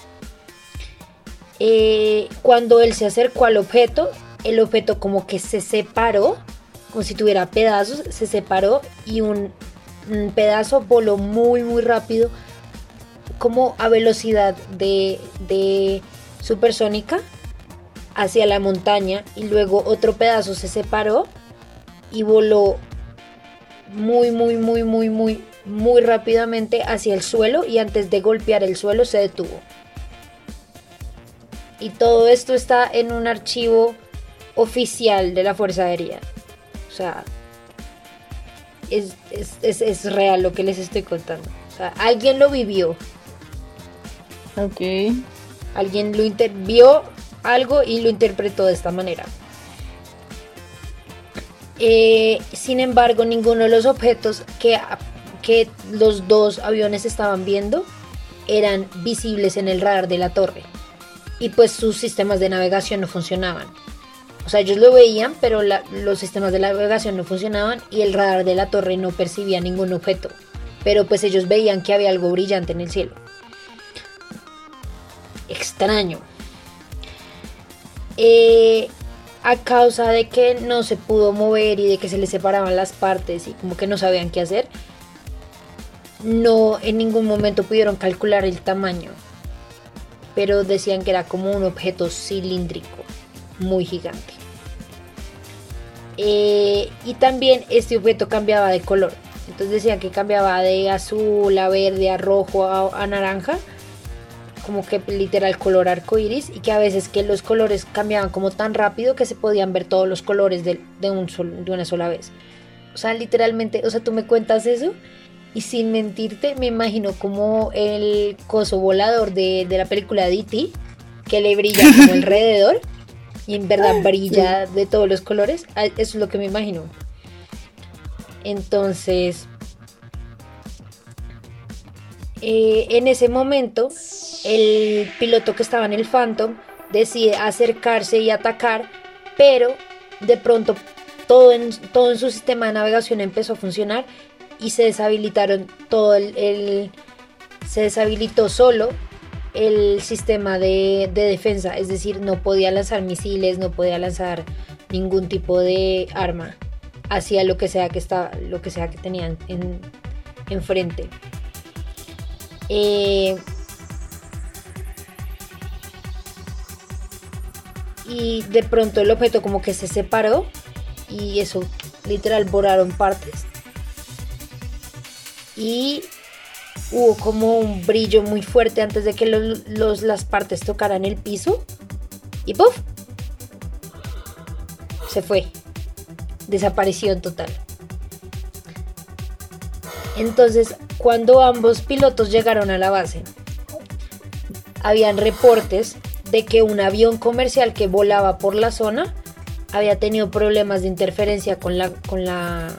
Eh, cuando él se acercó al objeto, el objeto como que se separó, como si tuviera pedazos, se separó y un, un pedazo voló muy muy rápido, como a velocidad de, de supersónica hacia la montaña, y luego otro pedazo se separó y voló muy muy muy muy muy muy rápidamente hacia el suelo, y antes de golpear el suelo se detuvo. Y todo esto está en un archivo oficial de la Fuerza Aérea. O sea, es, es, es, es real lo que les estoy contando. O sea, alguien lo vivió. Ok. Alguien lo inter- vio algo y lo interpretó de esta manera. Eh, sin embargo, ninguno de los objetos que, que los dos aviones estaban viendo eran visibles en el radar de la torre. Y pues sus sistemas de navegación no funcionaban. O sea, ellos lo veían, pero la, los sistemas de navegación no funcionaban y el radar de la torre no percibía ningún objeto. Pero pues ellos veían que había algo brillante en el cielo. Extraño. Eh, a causa de que no se pudo mover y de que se les separaban las partes y como que no sabían qué hacer, no en ningún momento pudieron calcular el tamaño. Pero decían que era como un objeto cilíndrico, muy gigante. Eh, y también este objeto cambiaba de color. Entonces decían que cambiaba de azul a verde, a rojo, a, a naranja. Como que literal color arcoíris. Y que a veces que los colores cambiaban como tan rápido que se podían ver todos los colores de, de, un sol, de una sola vez. O sea, literalmente, o sea, tú me cuentas eso y sin mentirte me imagino como el coso volador de, de la película de E T, que le brilla como alrededor y en verdad brilla de todos los colores. Eso es lo que me imagino. Entonces, eh, en ese momento el piloto que estaba en el Phantom decide acercarse y atacar, pero de pronto todo en, todo en su sistema de navegación empezó a funcionar y se deshabilitaron todo el, el se deshabilitó solo el sistema de, de defensa, es decir, no podía lanzar misiles, no podía lanzar ningún tipo de arma hacia lo que sea que estaba, lo que sea que tenían en, enfrente. Eh, y de pronto el objeto como que se separó y eso, literal, volaron partes. Y hubo como un brillo muy fuerte antes de que los, los, las partes tocaran el piso. Y ¡puf! Se fue. Desapareció en total. Entonces, cuando ambos pilotos llegaron a la base, habían reportes de que un avión comercial que volaba por la zona había tenido problemas de interferencia con la... Con la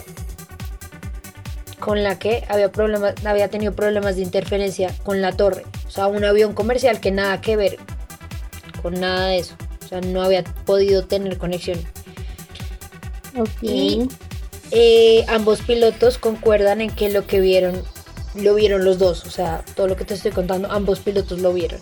con la que había problemas, había tenido problemas de interferencia con la torre. O sea, un avión comercial que nada que ver con nada de eso. O sea, no había podido tener conexión. Okay. Y eh, ambos pilotos concuerdan en que lo que vieron, lo vieron los dos. O sea, todo lo que te estoy contando, ambos pilotos lo vieron.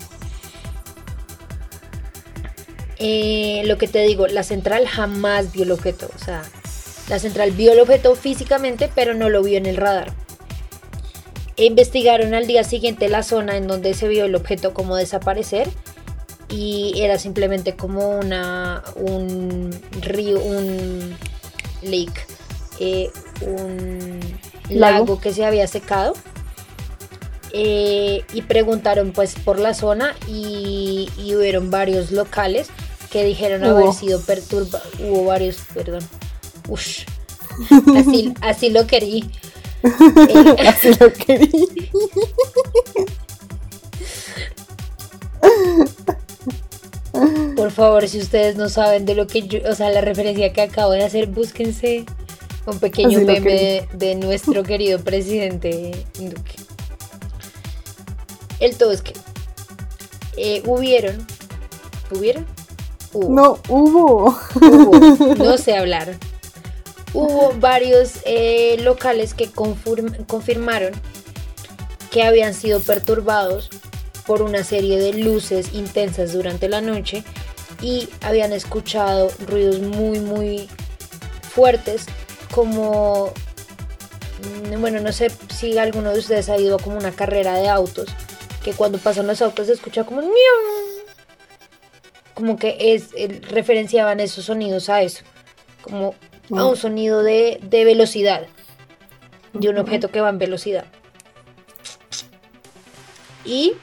Eh, lo que te digo, la central jamás vio el objeto. O sea, la central vio el objeto físicamente, pero no lo vio en el radar. E investigaron al día siguiente la zona en donde se vio el objeto como desaparecer. Y era simplemente como una un río, un lake, eh, un lago. lago que se había secado. Eh, y preguntaron pues por la zona y, y hubieron varios locales que dijeron Hubo. haber sido perturbados. Hubo varios, perdón. Ush. Así, así lo querí. Eh, Así lo querí. Por favor, si ustedes no saben de lo que yo, o sea, la referencia que acabo de hacer, búsquense un pequeño Así lo meme de, querí. de nuestro querido presidente Duque. El todo es que eh, hubieron, hubieron, Hubo. No, hubo. Hubo, no sé hablar. Hubo varios eh, locales que confirm- confirmaron que habían sido perturbados por una serie de luces intensas durante la noche y habían escuchado ruidos muy muy fuertes, como, bueno, no sé si alguno de ustedes ha ido como una carrera de autos, que cuando pasan los autos se escucha como miau, como que es, el, referenciaban esos sonidos a eso, como a un sonido de, de velocidad, de un objeto que va en velocidad. Y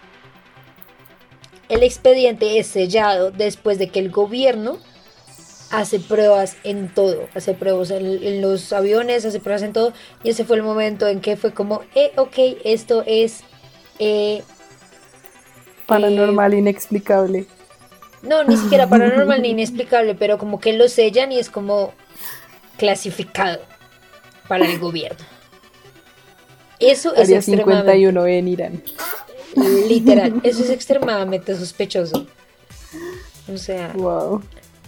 el expediente es sellado después de que el gobierno hace pruebas en todo, hace pruebas en, en los aviones, hace pruebas en todo, y ese fue el momento en que fue como, eh, ok, esto es... Eh, Paranormal, eh, inexplicable. No, ni siquiera paranormal ni inexplicable, pero como que lo sellan y es como clasificado para el gobierno. Eso es Área extremadamente... cincuenta y uno en Irán. Literal, eso es extremadamente sospechoso. O sea... Wow.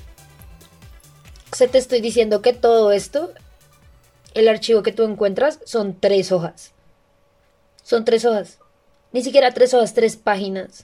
O sea, te estoy diciendo que todo esto, el archivo que tú encuentras, son tres hojas. Son tres hojas. Ni siquiera tres hojas, tres páginas.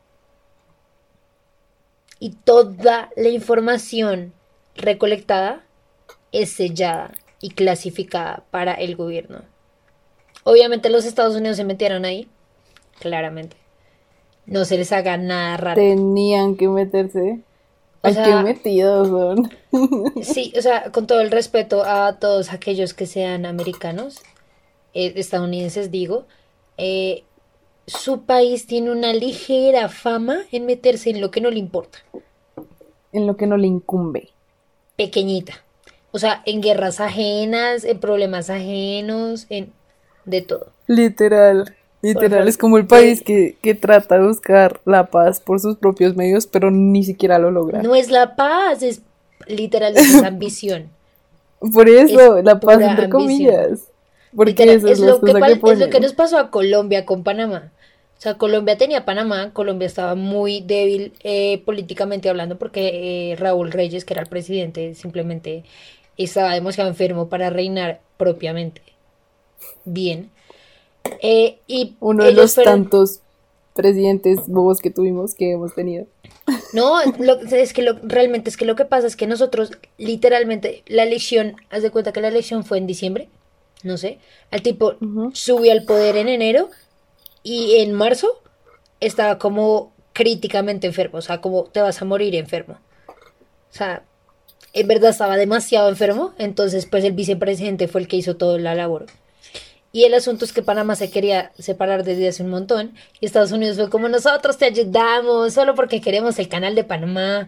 Y toda la información recolectada es sellada y clasificada para el gobierno. Obviamente los Estados Unidos se metieron ahí, claramente. No se les haga nada raro. Tenían que meterse. O Ay, sea, qué metidos son. Sí, o sea, con todo el respeto a todos aquellos que sean americanos, eh, estadounidenses digo, eh, su país tiene una ligera fama en meterse en lo que no le importa. En lo que no le incumbe. Pequeñita. O sea, en guerras ajenas, en problemas ajenos, en de todo. Literal. Literal, es como el país que, que trata de buscar la paz por sus propios medios, pero ni siquiera lo logra. No es la paz, es literal, es ambición. Por eso, Es la paz pura entre ambición. comillas. Porque Literal, eso es, es la lo que excusa que, pa- es lo que ponen. nos pasó a Colombia con Panamá. O sea, Colombia tenía Panamá, Colombia estaba muy débil eh, políticamente hablando porque eh, Raúl Reyes, que era el presidente, simplemente estaba demasiado enfermo para reinar propiamente bien. Eh, y Uno de ellos los fueron... tantos presidentes bobos que tuvimos, que hemos tenido. No, lo- es que lo, realmente es que lo que pasa es que nosotros, literalmente, la elección, haz de cuenta que la elección fue en diciembre, no sé, al tipo Ujú. subió al poder en enero y en marzo estaba como críticamente enfermo, o sea, como te vas a morir enfermo. O sea, en verdad estaba demasiado enfermo, entonces pues el vicepresidente fue el que hizo toda la labor. Y el asunto es que Panamá se quería separar desde hace un montón y Estados Unidos fue como nosotros te ayudamos solo porque queremos el canal de Panamá.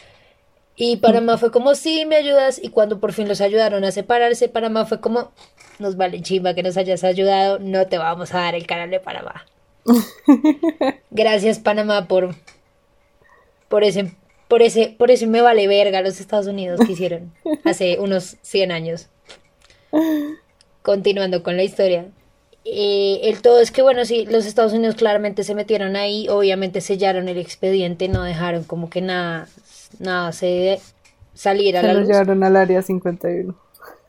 Y Panamá fue como sí, me ayudas. Y cuando por fin los ayudaron a separarse, Panamá fue como nos vale chimba que nos hayas ayudado, no te vamos a dar el canal de Panamá. Gracias Panamá por por ese por ese por ese me vale verga los Estados Unidos que hicieron hace unos cien años. Continuando con la historia. Eh, el todo es que, bueno, sí, los Estados Unidos claramente se metieron ahí, obviamente sellaron el expediente, no dejaron como que nada, nada se saliera a Se la lo luz. llevaron al área cincuenta y uno.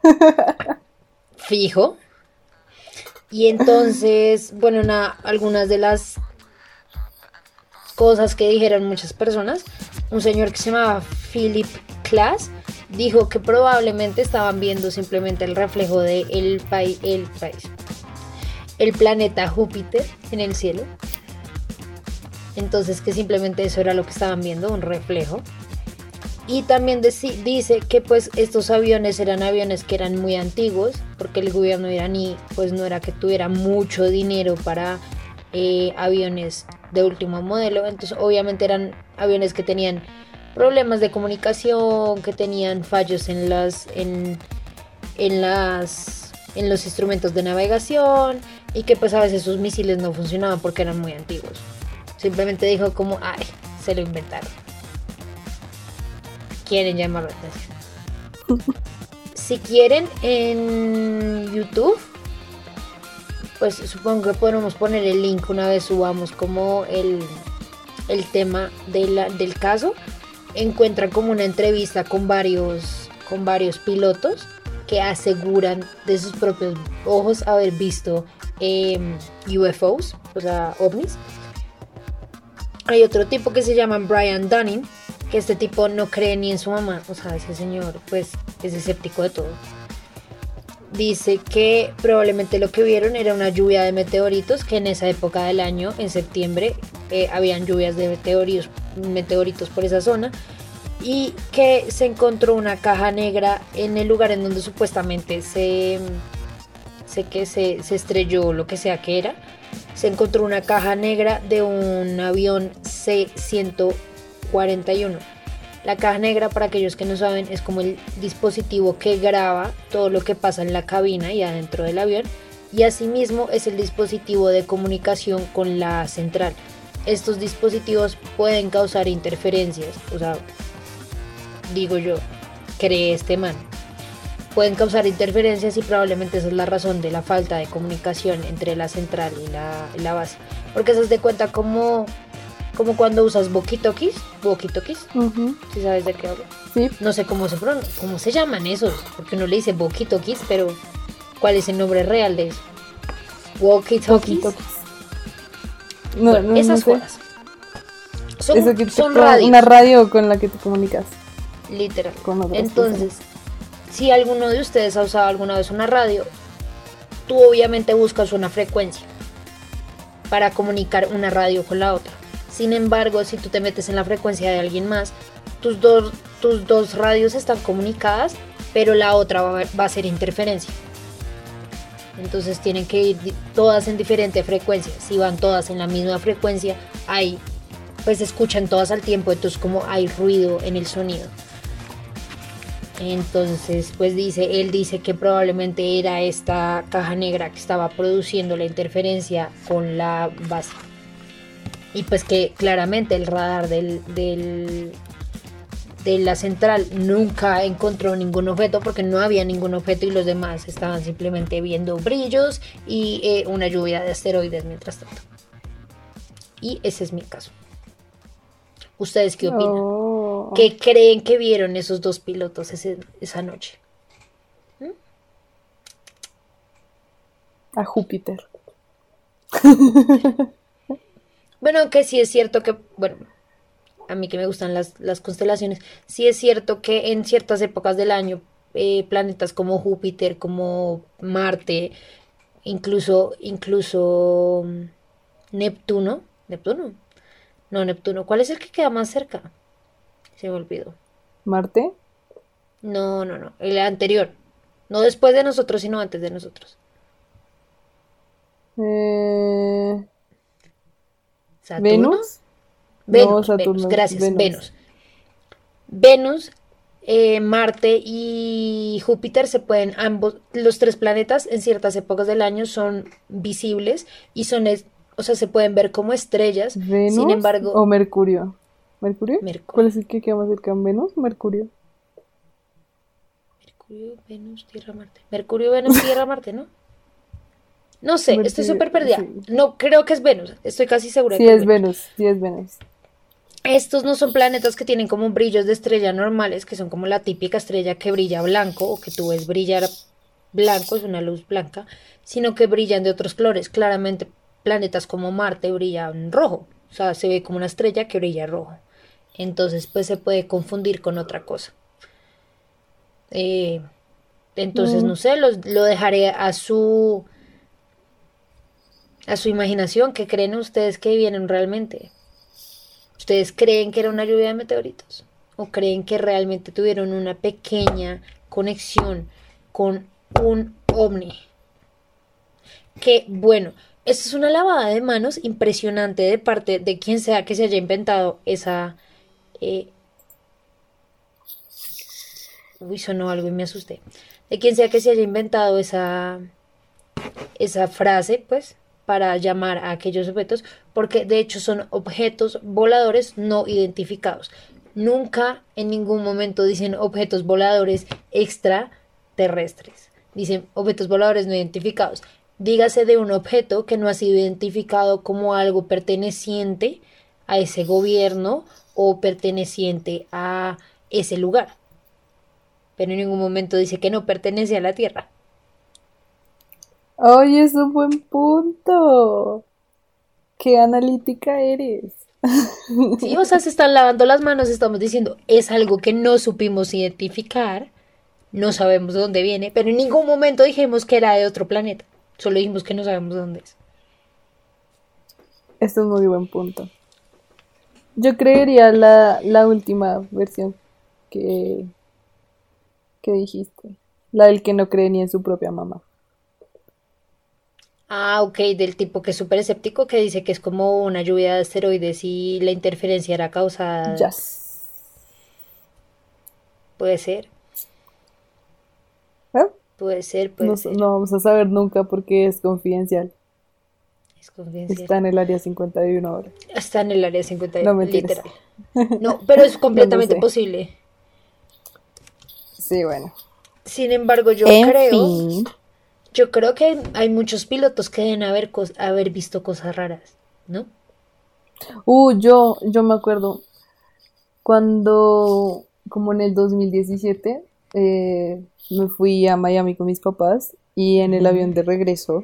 Fijo. Y entonces, bueno, nada, algunas de las cosas que dijeron muchas personas, un señor que se llamaba Philip Klass dijo que probablemente estaban viendo simplemente el reflejo de el, país el país, el planeta Júpiter en el cielo. Entonces que simplemente eso era lo que estaban viendo, un reflejo. Y también deci- dice que pues estos aviones eran aviones que eran muy antiguos, porque el gobierno iraní pues no era que tuviera mucho dinero para eh, aviones de último modelo. Entonces obviamente eran aviones que tenían problemas de comunicación, que tenían fallos en las en, en las en los instrumentos de navegación y que pues a veces sus misiles no funcionaban porque eran muy antiguos. Simplemente dijo como, ay, se lo inventaron. Quieren llamar la atención. Si quieren en YouTube, pues supongo que podemos poner el link una vez subamos como el, el tema de la, del caso. encuentran como una entrevista con varios, con varios pilotos que aseguran de sus propios ojos haber visto eh, U F Os, o sea, ovnis. Hay otro tipo que se llama Brian Dunning, que este tipo no cree ni en su mamá, o sea, ese señor pues es escéptico de todo. Dice que probablemente lo que vieron era una lluvia de meteoritos, que en esa época del año, en septiembre, eh, habían lluvias de meteoritos, meteoritos por esa zona, y que se encontró una caja negra en el lugar en donde supuestamente se, sé que se, se estrelló lo que sea que era. Se encontró una caja negra de un avión C ciento cuarenta y uno. La caja negra, para aquellos que no saben, es como el dispositivo que graba todo lo que pasa en la cabina y adentro del avión, y asimismo es el dispositivo de comunicación con la central. Estos dispositivos pueden causar interferencias, o sea, digo yo, cree este man, pueden causar interferencias y probablemente esa es la razón de la falta de comunicación entre la central y la, y la base, porque se de cuenta como... como cuando usas walkie-talkies, walkie-talkies, uh-huh. ¿Sí sabes de qué hablo? Sí. No sé cómo se pronuncia, cómo se llaman esos, porque uno le dice walkie-talkies, pero ¿cuál es el nombre real de eso? Walkie-talkies. Walkie-talkies. No, bueno, no, esas no sé. cosas. Son, Eso que son te, radios. Una radio con la que te comunicas. Literal. Con Entonces, personas. Si alguno de ustedes ha usado alguna vez una radio, tú obviamente buscas una frecuencia para comunicar una radio con la otra. Sin embargo, si tú te metes en la frecuencia de alguien más, tus dos, tus dos radios están comunicadas, pero la otra va, va a ser interferencia. Entonces tienen que ir todas en diferente frecuencia. Si van todas en la misma frecuencia, hay, pues se escuchan todas al tiempo, entonces como hay ruido en el sonido. Entonces, pues dice, él dice que probablemente era esta caja negra que estaba produciendo la interferencia con la base. Y pues que claramente el radar del, del, de la central nunca encontró ningún objeto, porque no había ningún objeto y los demás estaban simplemente viendo brillos y eh, una lluvia de asteroides mientras tanto. Y ese es mi caso. ¿Ustedes qué opinan? Oh. ¿Qué creen que vieron esos dos pilotos ese, esa noche? ¿Mm? A Júpiter. Bueno, que sí es cierto que, bueno, a mí que me gustan las, las constelaciones, sí es cierto que en ciertas épocas del año eh, planetas como Júpiter, como Marte, incluso, incluso Neptuno, Neptuno, no Neptuno, ¿cuál es el que queda más cerca? Se me olvidó. ¿Marte? No, no, no, el anterior, no después de nosotros, sino antes de nosotros. Eh... ¿Saturno? ¿Venus? Venus, no, Saturno, Venus, gracias, Venus. Venus, Venus eh, Marte y Júpiter se pueden, ambos, los tres planetas en ciertas épocas del año son visibles y son, es, o sea, se pueden ver como estrellas. ¿Venus sin embargo, o Mercurio? ¿Mercurio? Mercurio. ¿Cuál es el que queda más cerca? ¿Venus o Mercurio? Mercurio, Venus, Tierra, Marte. Mercurio, Venus, Tierra, Marte, ¿no? No sé, Mercurio, estoy súper perdida. Sí. No, creo que es Venus. Estoy casi segura. Sí, que es Venus. Venus. Sí, es Venus. Estos no son planetas que tienen como brillos de estrella normales, que son como la típica estrella que brilla blanco, o que tú ves brillar blanco, es una luz blanca, sino que brillan de otros colores. Claramente, planetas como Marte brillan rojo. O sea, se ve como una estrella que brilla rojo. Entonces, pues se puede confundir con otra cosa. Eh, entonces, mm. no sé, lo, lo dejaré a su... a su imaginación. ¿Qué creen ustedes que vienen realmente? ¿Ustedes creen que era una lluvia de meteoritos? ¿O creen que realmente tuvieron una pequeña conexión con un ovni? Que bueno, esto es una lavada de manos impresionante de parte de quien sea que se haya inventado esa... Eh... Uy, sonó algo y me asusté. De quien sea que se haya inventado esa, esa frase, pues... para llamar a aquellos objetos, porque de hecho son objetos voladores no identificados. Nunca en ningún momento dicen objetos voladores extraterrestres. Dicen objetos voladores no identificados. Dígase de un objeto que no ha sido identificado como algo perteneciente a ese gobierno o perteneciente a ese lugar. Pero en ningún momento dice que no pertenece a la Tierra. Oye, es un buen punto. Qué analítica eres. Sí, o sea, se están lavando las manos, estamos diciendo, es algo que no supimos identificar, no sabemos de dónde viene, pero en ningún momento dijimos que era de otro planeta. Solo dijimos que no sabemos de dónde es. Esto es muy buen punto. Yo creería la, la última versión que, que dijiste. La del que no cree ni en su propia mamá. Ah, ok, del tipo que es súper escéptico, que dice que es como una lluvia de asteroides y la interferencia era causada. Yes. Puede ser, ¿Eh? puede ser, No, puede s- ser. no vamos a saber nunca porque es confidencial. Es confidencial. Está en el área cincuenta y uno ahora. Está en el área cincuenta, No mentiras. literal. No, pero es No lo completamente sé. posible. Sí, bueno. Sin embargo, yo En creo, fin. yo creo que hay, hay muchos pilotos que deben haber, cos- haber visto cosas raras, ¿no? Uh, yo, yo me acuerdo cuando, como en el dos mil diecisiete, eh, me fui a Miami con mis papás y en el Ujú. avión de regreso,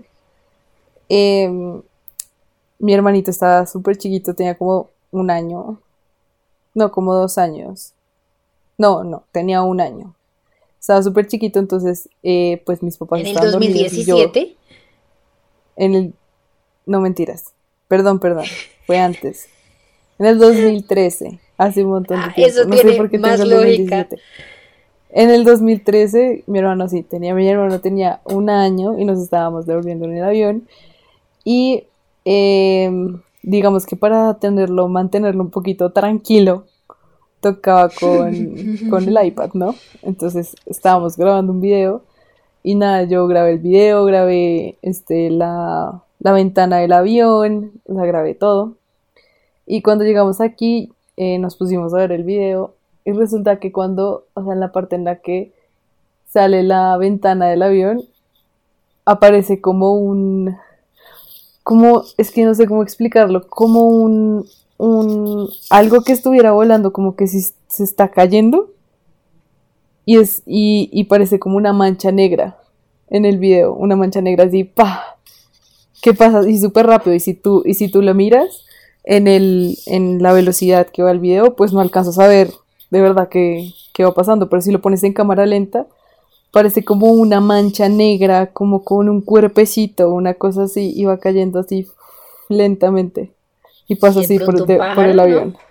em, mi hermanito estaba súper chiquito, tenía como un año, no, como dos años. No, no, tenía un año. Estaba súper chiquito, entonces, eh, pues mis papás En el estaban dos mil dormidos y yo diecisiete. en el... No mentiras. Perdón, perdón. Fue antes. En el dos mil trece, hace un montón de Ah, tiempo. eso No sé por tiene qué tengo más el dos mil lógica. diecisiete. En el dos mil trece, mi hermano sí tenía, mi hermano tenía un año y nos estábamos devolviendo en el avión. Y em, digamos que para tenerlo, mantenerlo un poquito tranquilo, tocaba con, con el iPad, ¿no? Entonces Sí. estábamos grabando un video y nada, yo grabé el video, grabé este, la, la ventana del avión, o sea, grabé todo. Y cuando llegamos aquí, eh, nos pusimos a ver el video y resulta que cuando, o sea, en la parte en la que sale la ventana del avión, aparece como un, como, es que no sé cómo explicarlo, como un, un, algo que estuviera volando, como que si se está cayendo y es, y, y parece como una mancha negra en el video, una mancha negra así, pa, ¿qué pasa? Y súper rápido, y si tú, y si tú lo miras en el, en la velocidad que va el video, pues no alcanzas a ver de verdad qué, qué va pasando, pero si lo pones en cámara lenta, parece como una mancha negra, como con un cuerpecito, una cosa así, y va cayendo así lentamente, y Y pasa de así por, pronto un de- por el pájaro, ¿no? avión.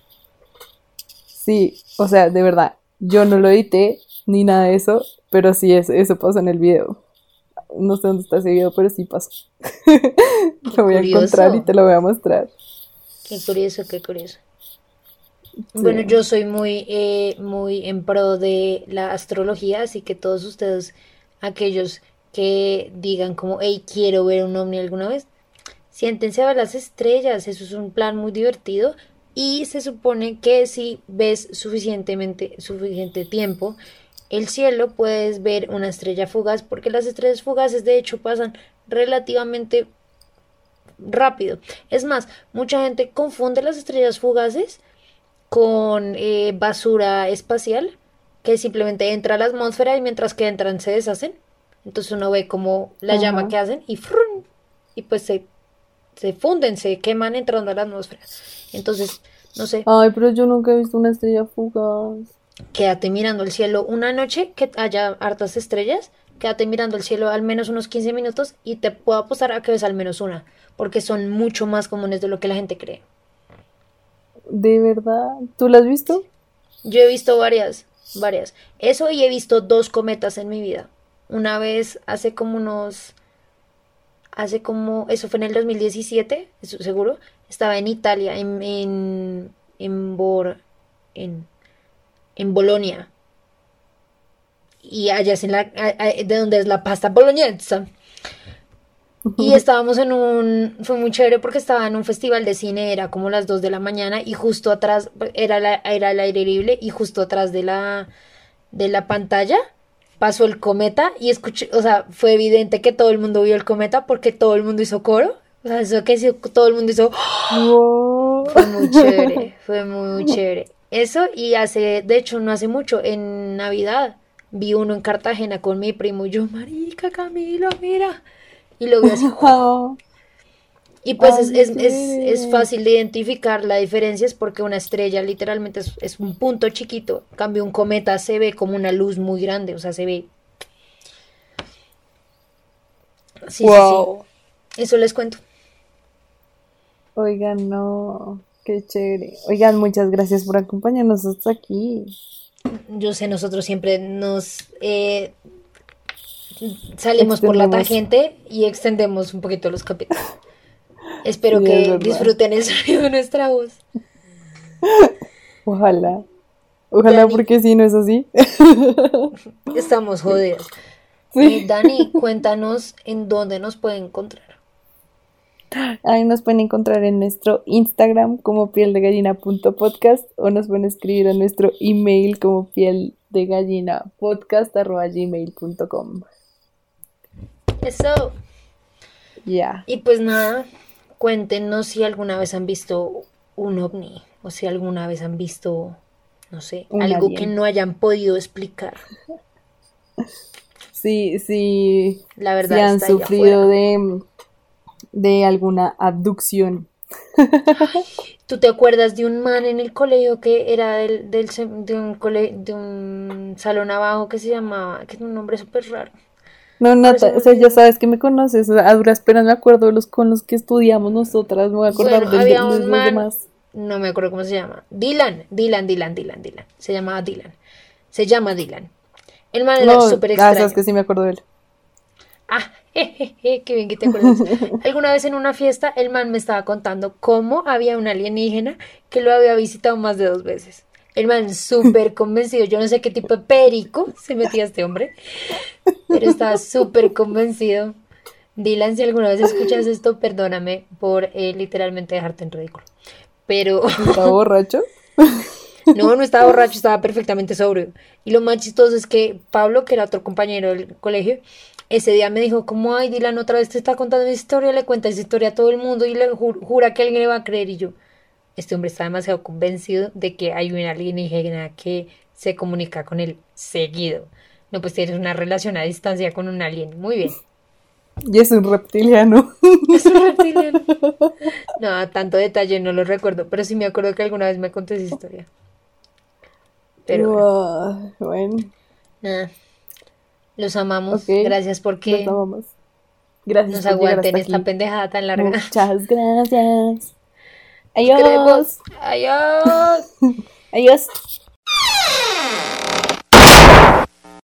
Sí, o sea, de verdad, yo no lo edité ni nada de eso, pero sí, eso, eso pasó en el video. No sé dónde está ese video, pero sí pasó. Qué Lo voy a encontrar y curioso. te lo voy a mostrar. Qué curioso, qué curioso. Bueno, Sí. yo soy muy, eh, muy en pro de la astrología, así que todos ustedes, aquellos que digan como, hey, quiero ver un ovni alguna vez, siéntense a ver las estrellas, eso es un plan muy divertido y se supone que si ves suficientemente, suficiente tiempo el cielo puedes ver una estrella fugaz porque las estrellas fugaces de hecho pasan relativamente rápido. Es más, mucha gente confunde las estrellas fugaces con eh, basura espacial que simplemente entra a la atmósfera y mientras que entran se deshacen. Entonces uno ve como la llama Ajá. que hacen y ¡frum! Y pues se, se funden, se queman entrando a la atmósfera. Entonces, no sé, Ay, pero yo nunca he visto una estrella fugaz. quédate mirando el cielo una noche que haya hartas estrellas, quédate mirando el cielo al menos unos quince minutos y te puedo apostar a que ves al menos una, porque son mucho más comunes de lo que la gente cree. ¿De verdad? ¿Tú la has visto? Yo he visto varias, varias. Eso y he visto dos cometas en mi vida. Una vez hace como unos, hace como, eso fue en el dos mil diecisiete, eso seguro, estaba en Italia, en, en, en, Bor, en, en Bolonia. Y allá es en la, a- a- de donde es la pasta boloñesa. Y estábamos en un, fue muy chévere porque estaba en un festival de cine, era como las dos de la mañana y justo atrás, era, la, era el aire libre y justo atrás de la, de la pantalla pasó el cometa y escuché, o sea, fue evidente que todo el mundo vio el cometa porque todo el mundo hizo coro. O sea, eso que sí, todo el mundo hizo, Wow. Fue muy chévere, fue muy chévere. Eso y hace, de hecho no hace mucho, en Navidad, vi uno en Cartagena con mi primo y yo, marica Camilo, mira. Y lo vi así. Y pues es, Ay, es, es, es chévere. fácil de identificar la diferencia, es porque una estrella literalmente es, es un punto chiquito. En cambio, un cometa se ve como una luz muy grande, o sea, se ve. Sí, sí, sí. Wow. Eso les cuento. Oigan, no, qué chévere. Oigan, muchas gracias por acompañarnos hasta aquí. Yo sé, nosotros siempre nos eh, salimos por la Extendemos. tangente y extendemos un poquito los capítulos. Espero Sí, es que verdad. disfruten el sonido de nuestra voz. Ojalá. Ojalá, Dani, porque si no es así. estamos jodidos. Eh, Sí. Dani, cuéntanos en dónde nos pueden encontrar. Ahí nos pueden encontrar en nuestro Instagram como piel de gallina punto podcast o nos pueden escribir a nuestro email como piel de gallina podcast arroba gmail punto com. Eso. Ya. Y pues nada, cuéntenos si alguna vez han visto un ovni o si alguna vez han visto, no sé, Un algo que alien. no hayan podido explicar. Sí, sí, La sí verdad han está ahí sufrido afuera. de, de alguna abducción. ¿Tú te acuerdas de un man en el colegio que era del, del sem- de, un cole- de un salón abajo que se llamaba, que es un nombre súper raro? No, Ahora se Nata, me o sea, ya olvidó. sabes que me conoces, o sea, a duras penas me acuerdo de los con los que estudiamos nosotras, me voy a acordar Bueno, del de había los, un los man, demás. no me acuerdo cómo se llama. Dylan, Dylan, Dylan, Dylan, Dylan. Se llamaba Dylan. Se llama Dylan. El man era No, súper ah, sabes extraño. que sí me acuerdo de él. Ah, jejeje, qué bien que te acuerdas. Alguna vez en una fiesta, el man me estaba contando cómo había un alienígena que lo había visitado más de dos veces. El man súper convencido, yo no sé qué tipo de perico se metía este hombre, pero estaba súper convencido. Dylan, si alguna vez escuchas esto, perdóname por eh, literalmente dejarte en ridículo. Pero ¿Estaba borracho? no, no estaba borracho, estaba perfectamente sobrio. Y lo más chistoso es que Pablo, que era otro compañero del colegio, ese día me dijo, como, ay, Dylan, otra vez te está contando esa historia, le cuenta esa historia a todo el mundo y le ju- jura que alguien le va a creer. Y yo, este hombre está demasiado convencido de que hay una alienígena que se comunica con él seguido. No, pues tienes una relación a distancia con un alien. Muy bien. Y es un reptiliano. Es un reptiliano. No, tanto detalle no lo recuerdo, pero sí me acuerdo que alguna vez me contó esa historia. Pero bueno, Wow, bueno, nada. Los ok, amamos. Gracias los porque amamos. Gracias nos por llegar aguanten hasta esta aquí. pendejada tan larga. Muchas gracias. Los queremos. Adiós. Adiós. Adiós.